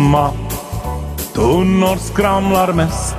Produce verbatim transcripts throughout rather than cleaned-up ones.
Tomma tunnor skramlar mest.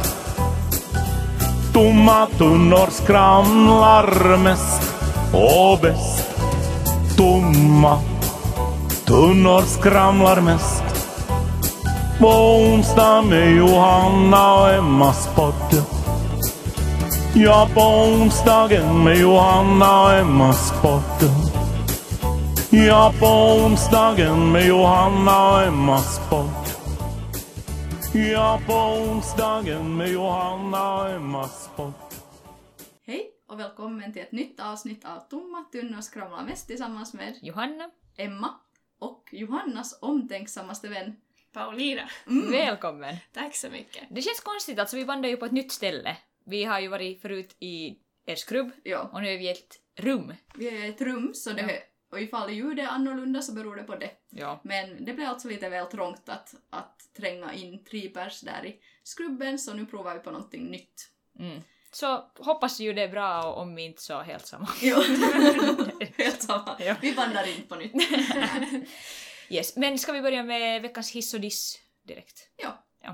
Tomma tunnor skramlar mest och bäst. Tomma tunnor skramlar mest. På onsdag med Johanna och Emmas podd. Ja, på onsdagen med Johanna och Emmas podd. Ja, på onsdagen med Johanna och Emmas podd. Ja, på onsdagen med Johanna och Emmas podd. Hej och välkommen till ett nytt avsnitt av Tomma tunnor skramlar mest tillsammans med Johanna, Emma och Johannas omtänksammaste vän Paulina. mm. välkommen. Tack så mycket. Det känns konstigt, alltså vi vandrar ju på ett nytt ställe. Vi har ju varit förut i er skrubb Ja. och nu är vi i ett rum. Vi är i ett rum så det, Ja. och ifall ljudet är annorlunda så beror det på det. Ja. Men det blev alltså lite väl trångt att, att tränga in tre pers där i skrubben så nu provar vi på någonting nytt. Mm. Så hoppas ju det är bra och om vi inte så helt samma. Jo, helt samma. Ja. Vi vandrar in på nytt. Yes. Men ska vi börja med veckans hiss och diss direkt? Ja. Ja.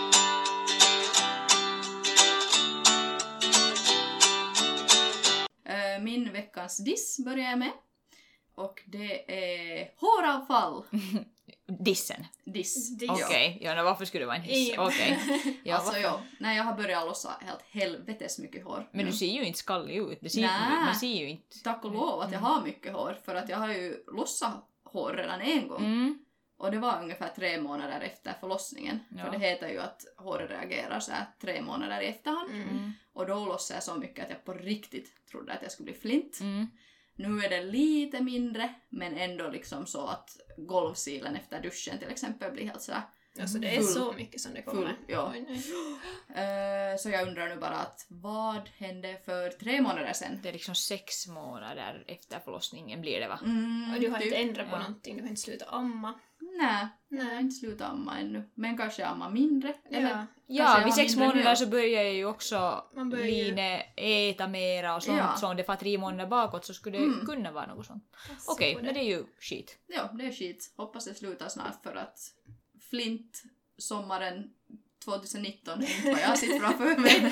Uh, min veckans diss börjar jag med. Och det är håravfall. Dissen. Diss. Diss. Okej, okay. Ja, varför skulle det vara en hiss? Ja. Okej. Okay. Ja, alltså varför? ja, när jag har börjat lossa helt helvetes mycket hår. Men nu. du ser ju inte skallig ut. Det ser, Nä. man ser ju inte. Tack och lov att jag har mycket hår. För att jag har ju lossat hår redan en gång. Mm. Och det var ungefär tre månader efter förlossningen. Ja. För det heter ju att håret reagerar så här tre månader i efterhand. Mm. Och då lossade jag så mycket att jag på riktigt trodde att jag skulle bli flint. Mm. Nu är det lite mindre, men ändå liksom så att golvsilen efter duschen till exempel blir helt sådär Alltså det är full. så mycket som det kommer. Full, ja. Oj, nej. Uh, så jag undrar nu bara att vad hände för tre månader sedan? Det är liksom sex månader efter förlossningen blir det, va? Mm, Och du har typ. inte ändrat på Ja. någonting, du har inte slutat amma. Nej, jag har Nej. inte slutat amma ännu. Men kanske jag ammar mindre. Eller Ja. kanske Ja, jag vid har sex mindre månader nu. så börjar jag ju också Man börjar ju- Line äta mera och sånt. Ja. Så om det var tre månader bakåt så skulle det Mm. kunna vara något sånt. Passa Okej, på men det är ju skit. Ja, det är skit. Hoppas det slutar snart för att flint sommaren tjugonitton är inte vad jag sitter framför mig.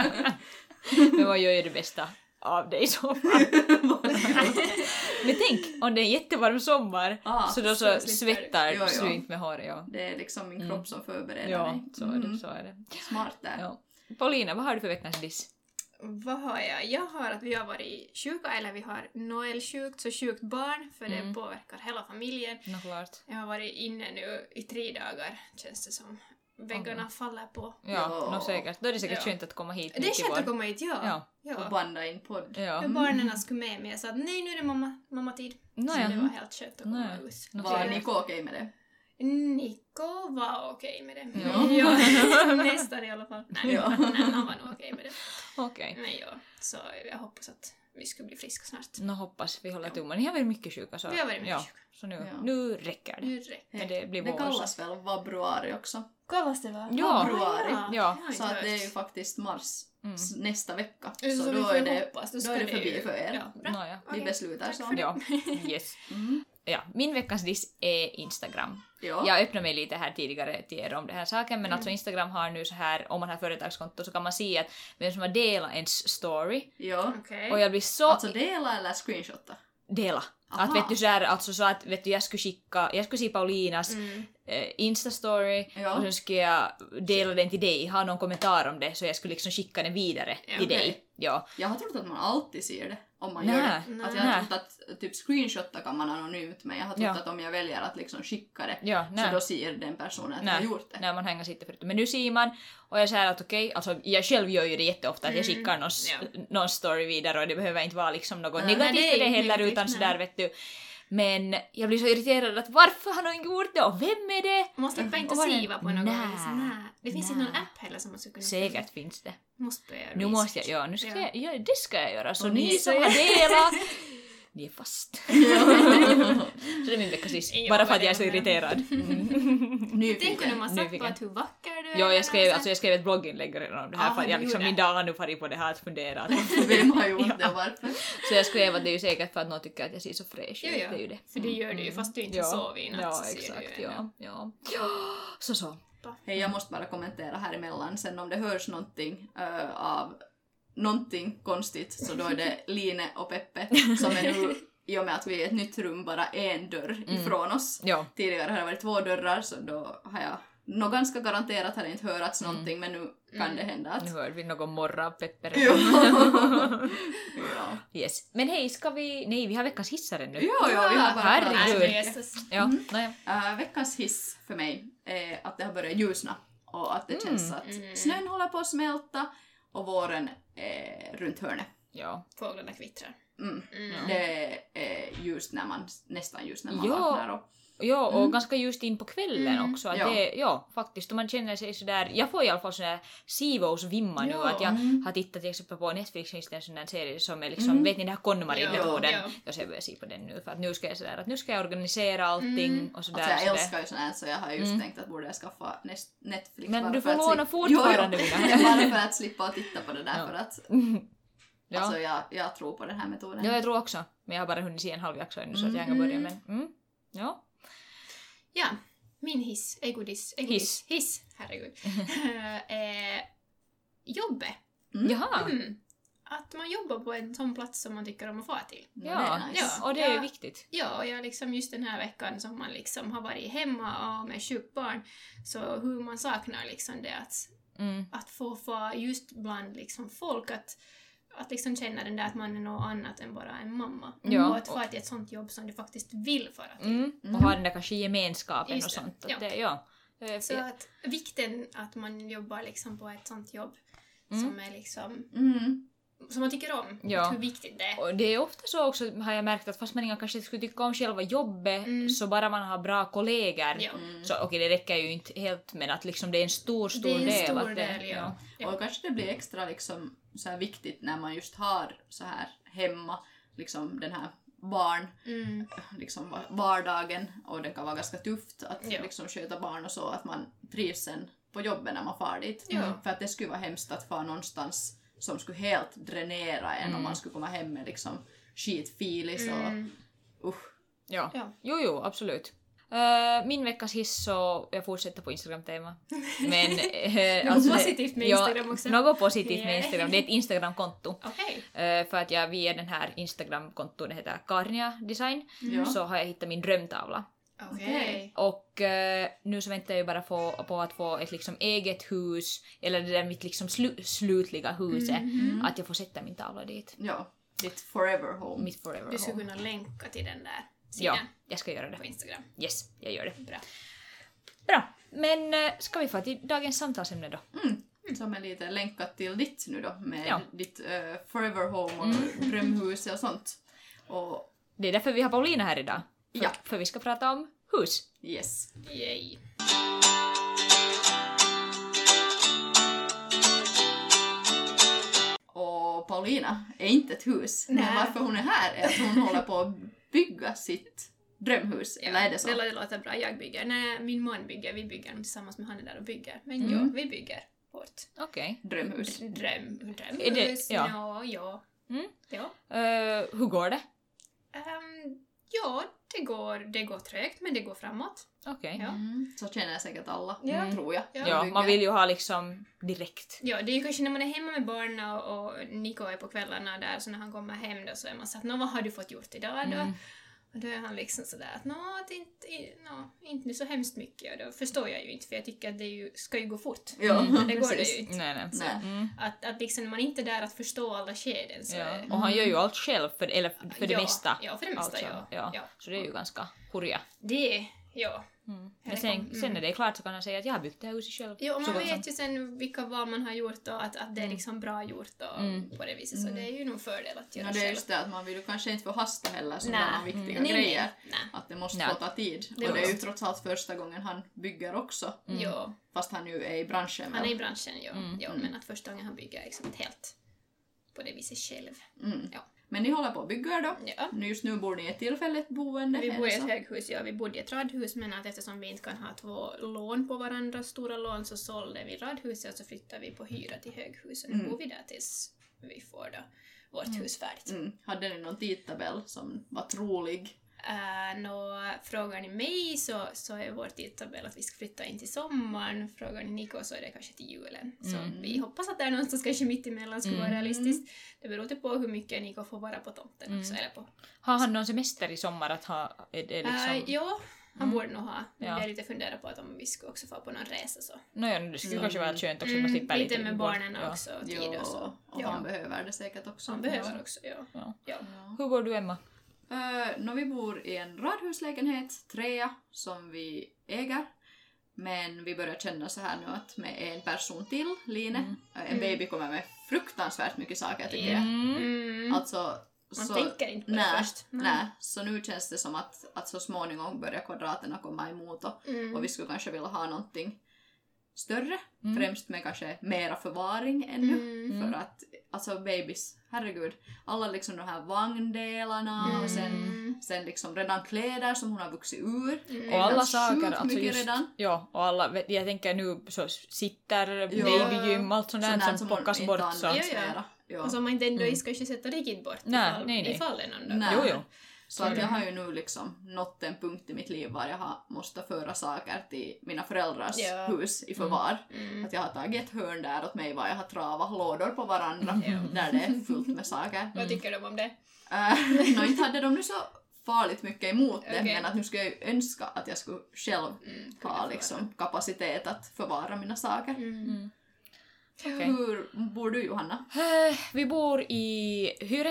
Men vad gör ju det bästa av det i så fall? Men tänk, om det är en jättevarm sommar Ah, så då så så slipper svettar du. Jo, jo. du inte med håret. Ja, Det är liksom min Mm. kropp som förbereder ja mig. så, är det, Mm. så är det. Smart där. Ja. Paulina, vad har du för veckans diss? Vad har jag? Jag har att vi har varit sjuka, eller vi har Noel sjukt, så sjukt barn, för Mm. det påverkar hela familjen. Nå klart. Jag har varit inne nu i tre dagar, känns det som. Väggarna faller på. Ja, Ja. nå säkert. Då är det säkert Ja. skönt att komma hit Det är mitt i skönt att vår. komma hit, ja. Ja. ja. Och banda in podd. Ja. Ja, barnen skulle med mig. Jag sa att nej, nu är det mamma, mamma-tid. Nå Så ja. det var helt skönt att komma Nej. ut. Nå Var säkert. Niko okej med det? Niko var okej med det. Ja. Ja, nästan i alla fall. Nej, Ja. nej, han var nog okej med det. Okej. Men ja, så jag hoppas att vi ska bli friska snart. Nå hoppas vi håller tummen. Ni har varit mycket sjuka så. Vi har varit mycket ja. sjuka. Så nu, Ja. nu räcker det. Nu räcker Men det blir Det vår. kallas väl vabruari också. Kallas det va? Ja. Februari. Ja. jag har inte Så att det är ju hört. faktiskt mars Mm. s- nästa vecka. Så, Så vi då får är ju det, hoppas. då ska är det det förbi ju- för er. Ja, bra. Nå ja. Vi Okej. beslutar Tack så. för det. Ja. Yes. Mm. Ja, min veckans diss är Instagram. Ja. Jag öppnade mig lite här tidigare till er om den här saken, men Mm. alltså Instagram har nu så här, om man har företagskonto så kan man se att vem som har delat ens story. ja. Okej. Och jag blir så... Alltså dela eller screenshotta? dela. Aha. Att vet du så här, alltså så att vet du, jag skulle skicka, jag skulle se Paulinas Mm. eh, Insta-story Ja. och så skulle jag dela den till dig, ha någon kommentar om det så jag skulle liksom skicka den vidare Ja, till okej. dig. Ja. Jag har trott att man alltid ser det om man Nä, gör det. nä. Att jag har Nä. trott att typ screenshotta kan man anonymt, men jag har trott Ja. att om jag väljer att liksom skicka det Ja, så nej. då ser den personen att jag Nej. har gjort det. När man hänger sitter förut. Men nu ser man och jag säger att okej, alltså jag själv gör ju det jätteofta att jag Mm, skickar någon, ja. någon story vidare och det behöver inte vara liksom något Nej, negativt nej, för det det är heller inte utan riktigt, sådär vet du. Men jag blir så irriterad att varför har någon gjort det och vem är det? Måste bara inte Och vad är det? skriva på något Nä. vis. Nej. Det finns inte Nä. någon app heller som man skulle kunna Säkert finns det. Måste börja Nu research. måste jag, ja, nu ska Ja. jag, ja, det ska jag göra. Så Och ni ni som så- har delat, ni är fast. Så det är min veckas diss. Ja, Bara för att vad jag är så det är. irriterad. Mm. Nyfiken. Tänk om man sagt Nyfiken. på att hur vacker du Jo, jag skrev, alltså jag skrev ett blogginlägg redan om det här Ah, för att jag du liksom, gjorde. min dag har nu farit på det här att fundera. Vem har gjort det och varför? Så jag skrev att det är ju säkert för att någon tycker att jag ser så fräsch Jo, ut. ja. Det är ju det. För det gör du ju fast du inte Ja. har sovit i natt. Ja, så ser exakt. du ju Ja, ja. Så så. Hej, jag måste bara kommentera här emellan sen om det hörs någonting uh, av någonting konstigt så då är det Line och Peppe som är nu, i och med att vi är i ett nytt rum, bara en dörr ifrån oss. Ja. Tidigare har det varit två dörrar så då har jag nog ganska garanterat har det inte hörats någonting men nu kan det hända att... Nu hör vi någon morra av Pepper. Jo. ja. Yes. Men hej, ska vi... Nej, vi har veckans hissar ännu. Jo, jo, vi har bara Herregud. pratat. Jesus. Ja, naja. Uh, veckans hiss för mig är att det har börjat ljusna och att det Mm. känns att Mm. snön håller på att smälta och våren är runt hörnet. Ja. Fåglarna kvittrar. Mm. Mm. Det är just när man, nästan just när man Ja. vaknar. Och, Ja, och Mm. ganska just in på kvällen Mm. också. Att Ja. det, ja, faktiskt. Och man känner sig sådär... Jag får i alla fall sån där Sivos-vimma nu. Ja. Att jag Mm. har tittat till exempel på Netflix, finns det en sån där serie som är liksom... Mm. Vet ni den här KonMari-metoden? Ja, ja. Jag ska börja se på den nu. För att nu ska jag sådär att nu ska jag organisera allting Mm. och sådär. alltså jag så det- älskar ju sånt här så jag har just Mm. tänkt att borde jag skaffa näst- Netflix. Men bara du för får att låna slippa- fortfarande, Jo, Mina. jo. Bara för att slippa att titta på det där Ja. för att Ja. alltså jag, jag tror på den här metoden. Ja, jag tror också. Men jag har bara hunnit se en halv jaxa ännu så att jag kan Mm. börja. Men, mm. Ja. Ja, min hiss, ägodis, ägodis, hiss, herregud, är jobbet. Mm. Jaha. Mm. Att man jobbar på en sån plats som man tycker om att få till. Ja, Ja, det är nice. Ja. och det är ju Ja. viktigt. Ja, och jag liksom just den här veckan som man liksom har varit hemma och med sjukt barn, så hur man saknar liksom det att, Mm. att få få just bland liksom folk, att, att liksom känna den där att man är något annat än bara en mamma. Ja. Och att få till ett sånt jobb som du faktiskt vill föra till. Mm. Mm. Och ha den där kanske gemenskapen Just och det, sånt. Att ja. det, ja. Eh, Så att vikten att man jobbar liksom på ett sånt jobb Mm. som är liksom, Mm. som man tycker om, Ja. hur viktigt det är. Och det är ofta så också har jag märkt att fast man inte kanske skulle tycka om själva jobbet Mm. så bara man har bra kollegor Ja. Mm. så okej det räcker ju inte helt men att liksom det är en stor stor Det är en del. stor att det, del, ja. Ja. Och kanske det blir extra liksom, så här viktigt när man just har så här hemma liksom den här barn Mm. liksom va- vardagen och det kan vara ganska tufft att Ja. liksom sköta barn och så att man trivs sen på jobbet när man far dit. Ja. För att det skulle vara hemskt att fara någonstans som skulle helt dränera en Mm. om man skulle komma hem med liksom skitfilis och Mm. usch. Ja. Ja. Jo, jo, absolut. Eh, min veckas hiss så jag fortsätter på Instagram-tema. Men, uh, Något positivt med Instagram också. Något positivt med Yeah. Instagram. Det är ett Instagram-konto. Okej. Eh, för att jag via den här Instagram-konton, det heter Karnia Design, Ja. så har jag hittat min drömtavla. Okej. Och eh, nu så väntar jag ju bara få, på att få ett liksom eget hus, eller det där mitt liksom slu, slutliga huset, Mhm. att jag får sätta min tavla dit. Ja, ditt forever home. Mitt forever Du skulle home. kunna länka till den där Ja, sidan jag ska göra på det. Instagram. Yes, jag gör det. Bra. Bra, men eh, ska vi få till dagens samtalsämne då? Mm. Som är lite länkat till ditt nu då med Ja. ditt eh, forever home och Mm. drömhus och sånt. Och Det är därför vi har Paulina här idag. För, Ja. för vi ska prata om hus. yes. Yay. Och Paulina är inte ett hus. Men Nej. varför hon är här är att hon håller på att bygga sitt drömhus. Ja, Eller är det så? Det lå- låter bra. Jag bygger. Nej, min man bygger. Vi bygger tillsammans med han är där och bygger. Men Mm. ja, vi bygger vårt Okej. Drömhus. d- dröm, drömhus. Är det- ja. ja. ja. Mm. ja. Eh, hur går det? Ehm, ja, det går, det går trögt, men det går framåt. Okej. Ja. Mm. Så känner säkert alla, Ja. tror jag. Ja. Ja, Bygger. man vill ju ha liksom direkt. Ja, det är ju kanske när man är hemma med barnen och, och Niko är på kvällarna där, så när han kommer hem då så är man så att nå, vad har du fått gjort idag då? Mm. Och då är han liksom sådär att nå, att inte, i- nå, inte nu så hemskt mycket, och då förstår jag ju inte, för jag tycker att det är ju, ska ju gå fort. Ja, Mm. Det går det precis. ju inte. Nej, nej. Nej. Mm. Att, att liksom, man inte är där att förstå alla skeden så... Ja. Och han gör ju allt själv, för, eller för det ja, mesta. Ja, för det mesta, Alltså, ja. ja. ja. Så det är ju ganska hurja. Det, ja. Mm. Ja, Men det sen, kom- sen när det är klart så kan han säga att jag har byggt det här huset själv. Ja, och Så man gott vet som. ju sen vilka val man har gjort och att, att det är Mm. liksom bra gjort och Mm. på det viset, så Mm. det är ju nog fördel att göra Ja, det är själv. just det att man vill ju kanske inte förhasta heller Nej. sådana viktiga Mm. Nej, grejer. nej, nej. Att det måste Nej. få ta tid. Det och det är ju måste. trots allt första gången han bygger också. Mm. Ja, Fast han ju är i branschen. han är väl? i branschen, ja. Mm. ja Mm. men att första gången han bygger liksom ett helt på det viset själv. Mm. Ja. Men ni håller på att bygga då. Ja. Just nu bor ni i ett tillfälligt boende. Vi är bor i det ett så? höghus, ja. Vi bodde i ett radhus, men att eftersom vi inte kan ha två lån på varandra, stora lån, så sålde vi radhuset och så flyttade vi på hyra till höghuset. Nu Mm. bor vi där tills vi får då vårt hus färdigt. Mm. Hade ni någon tidtabell som var trolig? Uh, nå, frågar ni mig så, så är vår tidtabell att vi ska flytta in till sommaren. Frågar ni Niko så är det kanske till julen. Så Mm. vi hoppas att det är någonstans kanske mitt emellan skulle vara Mm. realistiskt. Det beror inte på hur mycket Niko får vara på tomten Mm. också. Eller på. Har han någon semester i sommar att ha? Är det liksom... Uh, ja, han Mm. borde nog ha. Men Ja. jag är lite funderad på att om vi skulle också få på någon resa så. Nåja, det skulle Mm. kanske vara skönt också att Mm, man slipper lite lite med bort. barnen Ja. också och tid Jo, och så. och Ja. han behöver det säkert också. Han behöver också, ja. Ja. ja. Ja. Hur går du, Emma? Uh, no, vi bor i en radhuslägenhet, trea, som vi äger. Men vi börjar känna så här nu att med en person till, Line, Mm. uh, en baby kommer med fruktansvärt mycket saker tycker jag. Mm. Mm. Alltså, Man så, tänker inte på det nej, först. nej, så nu känns det som att, att så småningom börjar kvadraterna komma emot och, Mm. och vi skulle kanske vilja ha någonting större, Mm. främst med kanske mera förvaring ännu. Mm. För att, alltså babys, herregud, alla liksom de här vagndelarna och sen, Mm. sen liksom redan kläder som hon har vuxit ur. Mm. Det är Och alla helt saker, sjukt alltså mycket just, redan. ja, och alla, vet- jag tänker nu så sitter Ja. babygym, allt sånt där Sånt som, som plockas hon bort. inte Så. används Ja, ja. mera. Ja. Och som man inte ändå Mm. ska kanske sätta riktigt bort Nej, ifall, nej, nej. ifall det är någon då. Nej. Jo, jo. Så att jag har ju nu liksom nått en punkt i mitt liv var jag har måste föra saker till mina föräldrars Ja. hus i förvar. Mm. Att jag har tagit ett hörn där åt mig var jag har travat lådor på varandra Ja. där det är fullt med saker. Vad tycker du om det? Uh, no, inte hade de nu så farligt mycket emot det, Okej. men att nu skulle jag ju önska att jag skulle själv Mm, kunna ha förvara. liksom kapacitet att förvara mina saker. Mm. Mm. Okej. Hur bor du, Johanna? Eh, Vi bor i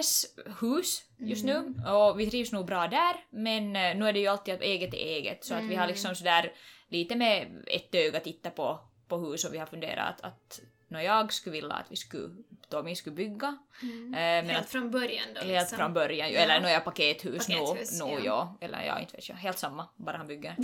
hyreshus just nu och vi trivs nog bra där, men eh, nu är det ju alltid att eget är eget, så att vi har liksom sådär lite med ett öga tittat på, på hus och vi har funderat att, att när jag skulle vilja att vi skulle, Tommy skulle bygga, Mm. eh, men Helt att från början då? helt liksom. från början, ju, Ja. eller några pakethus, Pakethus, nu, nu ja. ja. Eller ja, inte vet jag, helt samma, bara han bygger.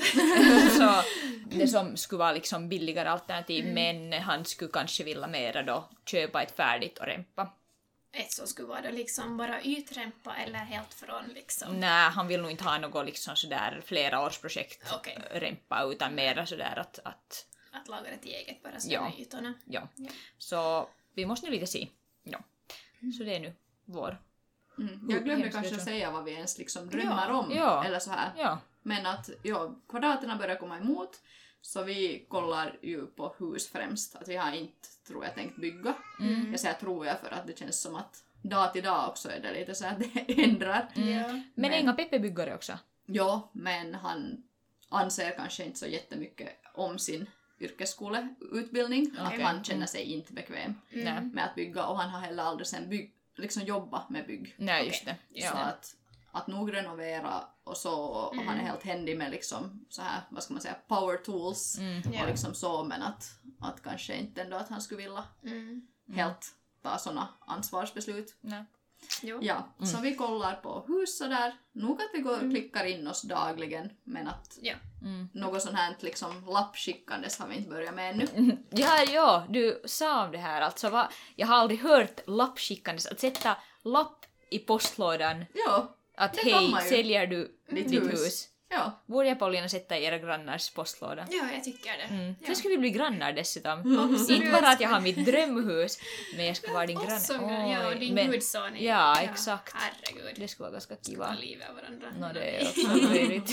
Så det som skulle vara liksom billigare alternativ, Mm. men han skulle kanske vilja mera då köpa ett färdigt och rempa. Ett som skulle vara då liksom bara ytrempa eller helt från liksom? Nej, han vill nog inte ha något liksom sådär flera års projekt Okej. rempa, utan mera sådär att, att Att laga det till eget bara så Ja. med ytorna? ja. Ja. Så vi måste nu lite se. Ja. Så det är nu vår. Mm. Jag glömde hemskt kanske situation. säga vad vi ens liksom drömmer om. Ja. Eller så här. Ja. Men att ja, kvadraterna börjar komma emot, så vi kollar ju på hus främst. Att vi har inte, tror jag, tänkt bygga. Mm. Jag säger tror jag för att det känns som att dag till dag också är det lite så att det ändrar. Mm. Ja. Men, Men- inga Peppe byggare också. Ja, men han anser kanske inte så jättemycket om sin yrkesskoleutbildning. Att Okej. han känner sig inte bekväm Nej. med att bygga och han har heller aldrig sen bygg, liksom jobbat med bygg. Nej, just det. Så Ja. att, att nog renovera och så, och Mm. han är helt händig med liksom så här, vad ska man säga, power tools Mm. Ja. och liksom så, men att, att kanske inte ändå att han skulle vilja Mm. helt ta såna ansvarsbeslut. Nej. Jo. Ja, Mm. så vi kollar på hus så där. Nog att vi går och klickar in oss dagligen, men att Ja. Mm. något sånt här liksom lappskickandes har vi inte börjat med ännu. Ja, ja, du sa om det här alltså. Va? Jag har aldrig hört lappskickandes, att sätta lapp i postlådan Ja, att Det kan hej, man ju. säljer du Ditt ditt hus. hus? ja. Borde jag Paulina sätta i era grannars postlåda? ja, jag tycker det. Mm. Ja. Sen ska vi bli grannar dessutom. Absolut. Inte bara att jag har mitt drömhus, men jag ska vara din granne. Också, ja, Oj, din men- gudson. är- Ja, exakt. Herregud. Det skulle vara ganska Ska kiva. ta livet av varandra. No, det är också möjligt.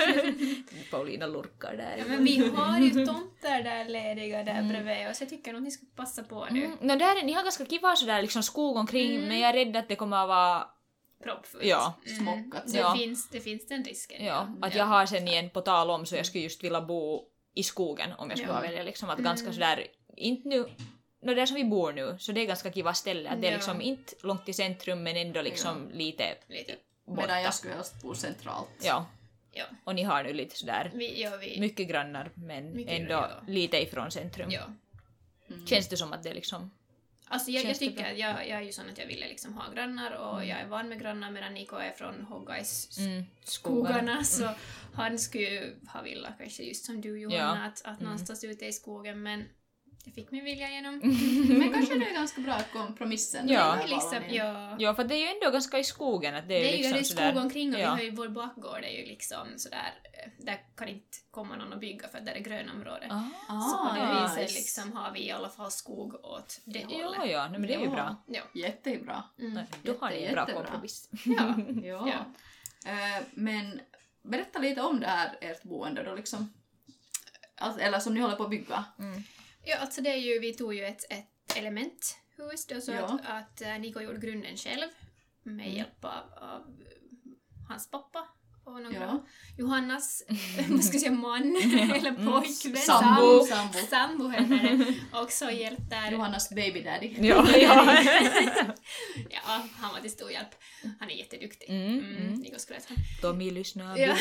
Paulina lurkar där. Ja, men vi har ju tomter där lediga där bredvid oss. Jag tycker nog att ni ska passa på det. Mm, no, där, ni har ganska kiva sådär liksom skog omkring, men jag är rädd att det kommer att vara Proppfullt. Ja. Mm. Smockat. Det, Ja. finns, det finns den risken. ja, att jag har sen igen på tal om så jag skulle just vilja bo i skogen om jag skulle Ja. välja liksom att Mm. ganska sådär, inte nu, no, där som vi bor nu, så det är ganska kiva ställe, att det är Ja. liksom inte långt till centrum men ändå liksom lite Lite. borta. Medan jag skulle helst bo centralt. Ja, Ja. och ni har nu lite sådär Vi, ja, vi, mycket grannar men Mycket ändå grannar, ja. lite ifrån centrum. ja. Mm. Känns det som att det är liksom... Alltså jag, jag Känns det tycker bra? att jag, jag är ju sån att jag ville liksom ha grannar och jag är van med grannar medan Niko är från Hoggais Mm, skogarna så han skulle ju ha velat kanske just som du Johanna Ja. att, att Mm. någonstans ute i skogen men Jag fick min vilja igenom. Men kanske det är ganska bra kompromissen. Ja. med Det är liksom, valningen. ja. Ja, för det är ju ändå ganska i skogen. Att det är, Det är ju liksom det är sådär, skog omkring och ja. vi har ju vår bakgård är ju liksom sådär, eh, där kan inte komma någon att bygga för att där är grönområde. Ah, Så på det nice. viset liksom har vi i alla fall skog åt det ja, hållet. ja, nej, men det är ju Ja. bra. Ja. Jättebra. Mm. Då har ni en Jätte- bra jättebra. kompromiss. Ja. Ja. Ja. Eh, men berätta lite om det här, ert boende då liksom. Alltså, eller som ni håller på att bygga. Ja, alltså det är ju, vi tog ju ett, ett elementhus då så Ja. att, att uh, Niko gjorde grunden själv med Mm. hjälp av, av hans pappa och några Ja. Johannas, vad ska jag säga, man eller pojkvän. Sambo. Sam- Sambo. Sambo heter det. Också hjälp där. Johannas baby daddy. Ja, ja. Ja, han var till stor hjälp. Han är jätteduktig. Mm, Mm, mm. Niko skulle heta. Tommy lyssnar. Ja.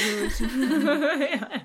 Ja.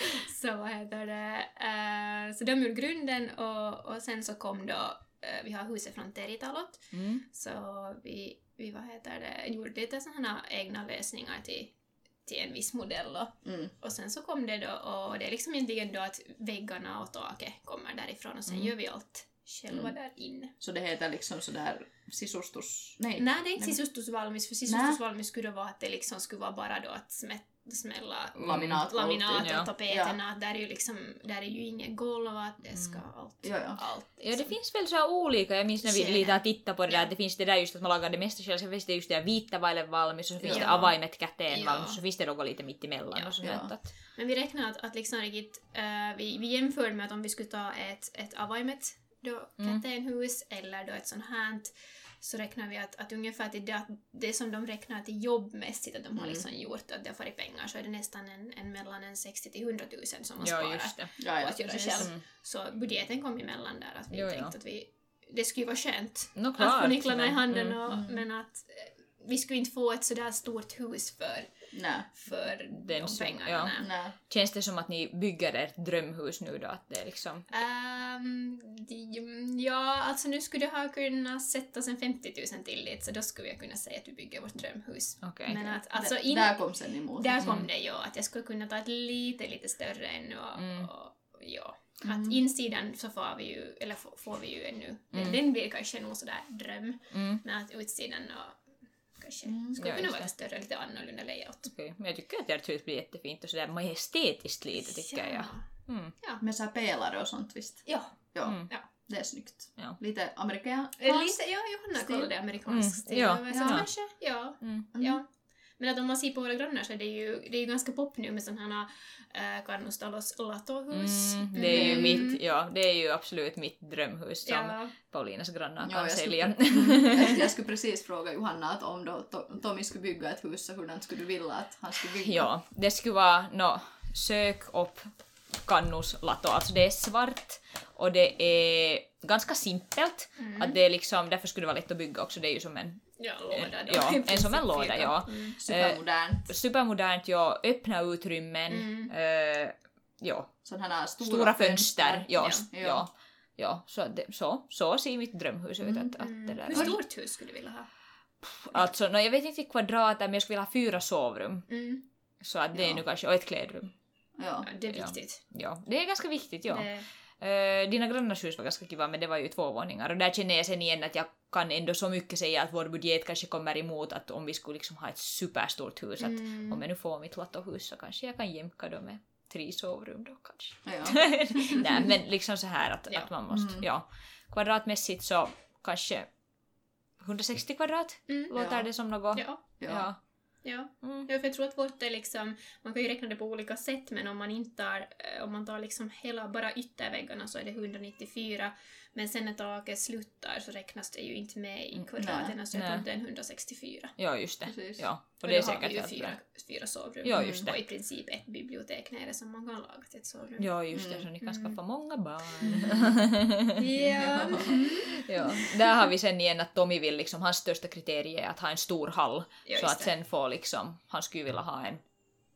Så vad heter det? Uh, så de gjorde grunden och, och sen så kom då, uh, vi har huset från territalot. Mm. Så vi, vi vad heter det, gjorde lite sådana egna lösningar till, till en viss modell då. Mm. Och sen så kom det då, och det är liksom egentligen då att väggarna och taket kommer därifrån och sen Mm. gör vi allt själva Mm. där inne. Så det heter liksom sådär sisustus... Nej. Nej, det är inte Nej. sisustusvalmis, för sisustusvalmis skulle vara att det liksom skulle vara bara då att smä, smälla Laminat. laminat Ja. och tapeterna, att där är ju liksom, där är ju inget golv, att det ska allt, Ja, ja. allt Ja, liksom. det finns väl så här olika, jag minns när vi Ser lite det. har tittat på det där, Ja. att det finns det där just att man lagar det mesta själv, så finns det just det där vita vailen valmis, och så finns Ja. det avaimet käteen Ja. valmis, och så finns det något lite mitt emellan Ja. och sånt Ja. där. Att, Men vi räknar att, att liksom riktigt, uh, vi, vi jämför med att om vi skulle ta ett, ett avaimet då Mm. kattenhus eller då ett sånt här, så räknar vi att, att ungefär till det, att det som de räknar till jobbmässigt att de har Mm. liksom gjort, att det har farit pengar, så är det nästan en, en mellan en sextio till hundra tusen som man ja, sparar just det. Ja, på ja, att göra precis. själv. Mm. Så budgeten kom emellan där, att vi Jo, tänkte ja. att vi, det skulle ju vara skönt Nå, att klart, få nycklarna i men- handen, mm, och, mm. men att eh, vi skulle inte få ett sådär stort hus för, Nej. för Den de som- pengarna. ja. nej. Nej. Känns det som att ni bygger ert drömhus nu då? Att det är liksom... Ehm, de, ja, alltså nu skulle det ha kunnat sättas en femtio tusen till dit, så då skulle jag kunna säga att vi bygger vårt drömhus. Okej. Men att, alltså D- in, Där kom sen emot. där kom det ju att jag skulle kunna ta ett lite, lite större ännu. Och, Mm. och, ja. Mm. Att insidan så får vi ju, eller får, får vi ju ännu, Mm. den blir kanske nog sådär dröm, Mm. men att utsidan och, kanske Mm. skulle Ja, kunna just vara det. större, lite annorlunda layout. Okej, men jag tycker att ert hus blir jättefint och sådär majestätiskt lite tycker jag. Mm. Med så här pelare och sånt visst. Ja. Ja, Mm. Ja. det är snyggt. Ja. Lite amerikanskt. Eh, Lite, ja, Johanna Stil. kollade amerikansk Mm, stil. ja, Så ja. kanske, ja. Mm. Mm. Ja. Men att om man ser på våra grannar så är det ju, det är ju ganska pop nu med sådana här äh, Karnostalos latohus. Mm, det är ju Mm. mitt, ja, det är ju absolut mitt drömhus som Ja. Paulinas grannar Ja, kan jag sälja. skulle, jag skulle precis fråga Johanna att om då To- Tommy skulle bygga ett hus, så hurdant skulle du vilja att han skulle bygga? Ja, det skulle vara, no, sök upp Kannus lato, alltså det är svart och det är ganska simpelt, Mm. att det är liksom, därför skulle det vara lätt att bygga också, det är ju som en, Ja, låda då. ja, i en princip som en låda, fyrkant. ja. Mm. Supermodernt. Supermodernt, ja, öppna utrymmen, Mm. eh, ja, Sådana här stora, stora fönster, ja, Ja. ja. ja. så, det, så, så ser mitt drömhus ut. Att, att det där. Hur stort hus skulle du vilja ha? Alltså, no, jag vet inte i kvadrater, men jag skulle vilja ha fyra sovrum. Mm. Så att det är Ja. nu kanske, och ett klädrum. Ja. Ja, det är Ja. viktigt. Ja, det är ganska viktigt, ja. Det, Eh, dina grannars hus var ganska kiva, men det var ju två våningar. Och där känner jag sen igen att jag kan ändå så mycket säga att vår budget kanske kommer emot att om vi skulle liksom ha ett superstort hus, att Mm. om jag nu får mitt latohus så kanske jag kan jämka dem med tre sovrum då kanske. Ja. Nej, men liksom så här att, Ja. att man måste, Mm. ja. Kvadratmässigt så kanske hundrasextio kvadrat mm. låter Ja. det som något. Ja, Ja. Ja. ja. Mm. Ja, för jag tror att vårt är liksom, man kan ju räkna det på olika sätt, men om man inte tar, eh, om man tar liksom hela, bara ytterväggarna så är det etthundranittiofyra, men sen när taket slutar så räknas det ju inte med i kvadraterna, så jag Nej. tror att det är en etthundrasextiofyra. Ja, just det. Precis. Ja. Och Och det är då har säkert vi ju helt fyra, bra. fyra sovrum. Ja, just det. Och i princip ett bibliotek nere som man kan laga till ett sovrum. Ja, just det, Mm. så ni kan Mm. skaffa många barn. Ja. Ja. Där har vi sen igen att Tommy vill liksom, hans största kriterie är att ha en stor hall. Ja, så just att det. sen får liksom, han skulle vilja ha en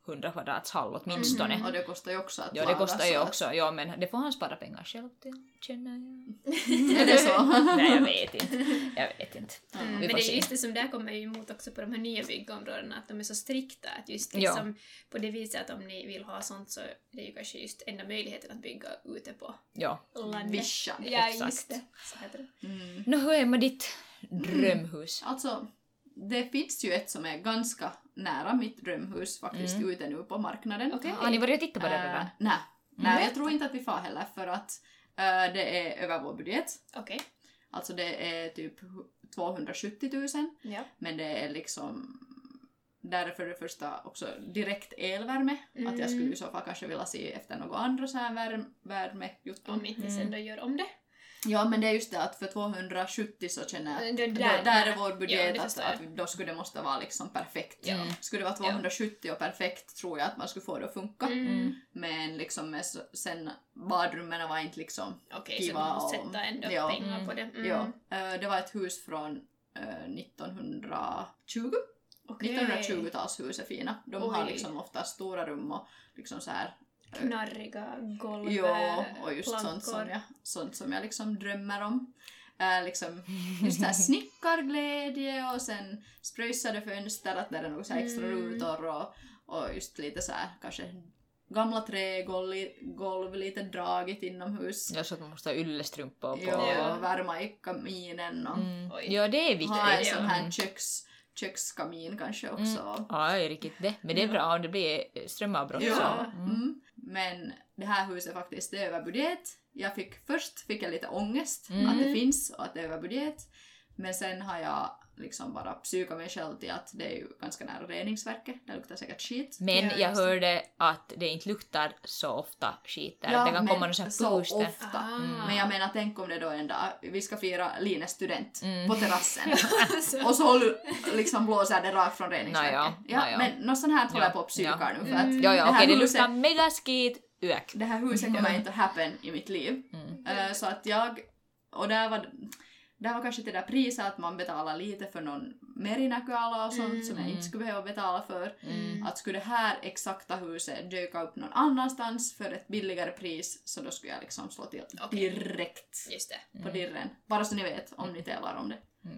hundra kvadrats hall åtminstone. Mm. Och det kostar ju också att Ja, det laga, kostar ju så också. Att... Ja, men det får han spara pengar själv till, känner jag. Är det så? Nej, jag vet inte. Jag vet inte. Mm, men Vi får det är se. just det som där kommer ju emot också på de här nya byggområdena, att de är så strikta, att just liksom Ja. på det viset att om ni vill ha sånt så är det ju kanske just enda möjligheten att bygga ute på Ja. landet. Vischan. Ja, Exakt. just det. Så heter det. Mm. Nå, hur är med ditt drömhus? Alltså, det finns ju ett som är ganska nära mitt drömhus faktiskt Mm. ute nu på marknaden. Okej. Har ni varit och tittat på det redan? Äh, nej, nej jag tror inte att vi får heller för att äh, det är över vår budget. Okej. Alltså det är typ tvåhundrasjuttiotusen, Ja. men det är liksom där är för det första också direkt elvärme. Mm. Att jag skulle i så fall kanske vilja se efter något andra så här värme, värmejutton. Om inte sen då gör om det. Ja, men det är just det att för tvåhundrasjuttio så känner jag att Det där, där- där, där är vår Ja, budget det att, förstår jag. att då skulle det måste vara liksom perfekt. Ja. Skulle det vara tvåhundrasjuttio och perfekt tror jag att man skulle få det att funka. Mm. Men liksom med, s- sen badrummen var inte liksom Okej, så kiva man måste och- sätta ändå ja. pengar på det. Mm. Ja, eh, det var ett hus från eh, nittonhundratjugo. Okej. nittonhundratjugotalshus är fina. De har Oj. liksom ofta stora rum och liksom så här. Knarriga golv, Ja, och just plankor. sånt som, jag, sånt som jag liksom drömmer om. Äh, liksom, just här snickarglädje och sen spröjsade fönster, att det är något så här extra Mm. rutor och, och just lite så här kanske gamla trägolv, golv, lite dragigt inomhus. Ja, så att man måste ha yllestrumpor på. Ja, Ja. värma i kaminen och Mm. Oj. Ja, det är viktigt. ha en ja. sån här köks, kökskamin kanske också. Ja, det är riktigt det. Men det är bra om det blir strömavbrott. Ja. Så. Mm. Mm. Men det här huset faktiskt det är över budget. Jag fick, först fick jag lite ångest Mm. att det finns och att det är över budget. Men sen har jag liksom bara psykat mig själv till att det är ju ganska nära reningsverket. Det luktar säkert skit. Men Ja, jag just det. hörde att det inte luktar så ofta skit där. Ja, det kan men komma någon sån så här puster. ofta. Ah. Men jag menar, tänk om det då en dag, vi ska fira Lines student Mm. på terrassen. Så- Och så liksom blåser det rakt från reningsverket. Naja, ja, naja. Men något sånt här håller Ja, jag på att psyka ja. nu. För att Mm. Ja, ja, det här okej, det huset- luktar megaskit. Ök. det här huset kommer inte att happen i mitt liv. Mm. Eh, så att jag, och där var, där var kanske det där priset att man betalar lite för någon merinäköala och sånt Mm. som jag inte skulle behöva betala för. Mm. Att skulle det här exakta huset dyka upp någon annanstans för ett billigare pris så då skulle jag liksom slå till Okej. direkt Just det. på dirren. Bara så ni vet om ni tävlar om det.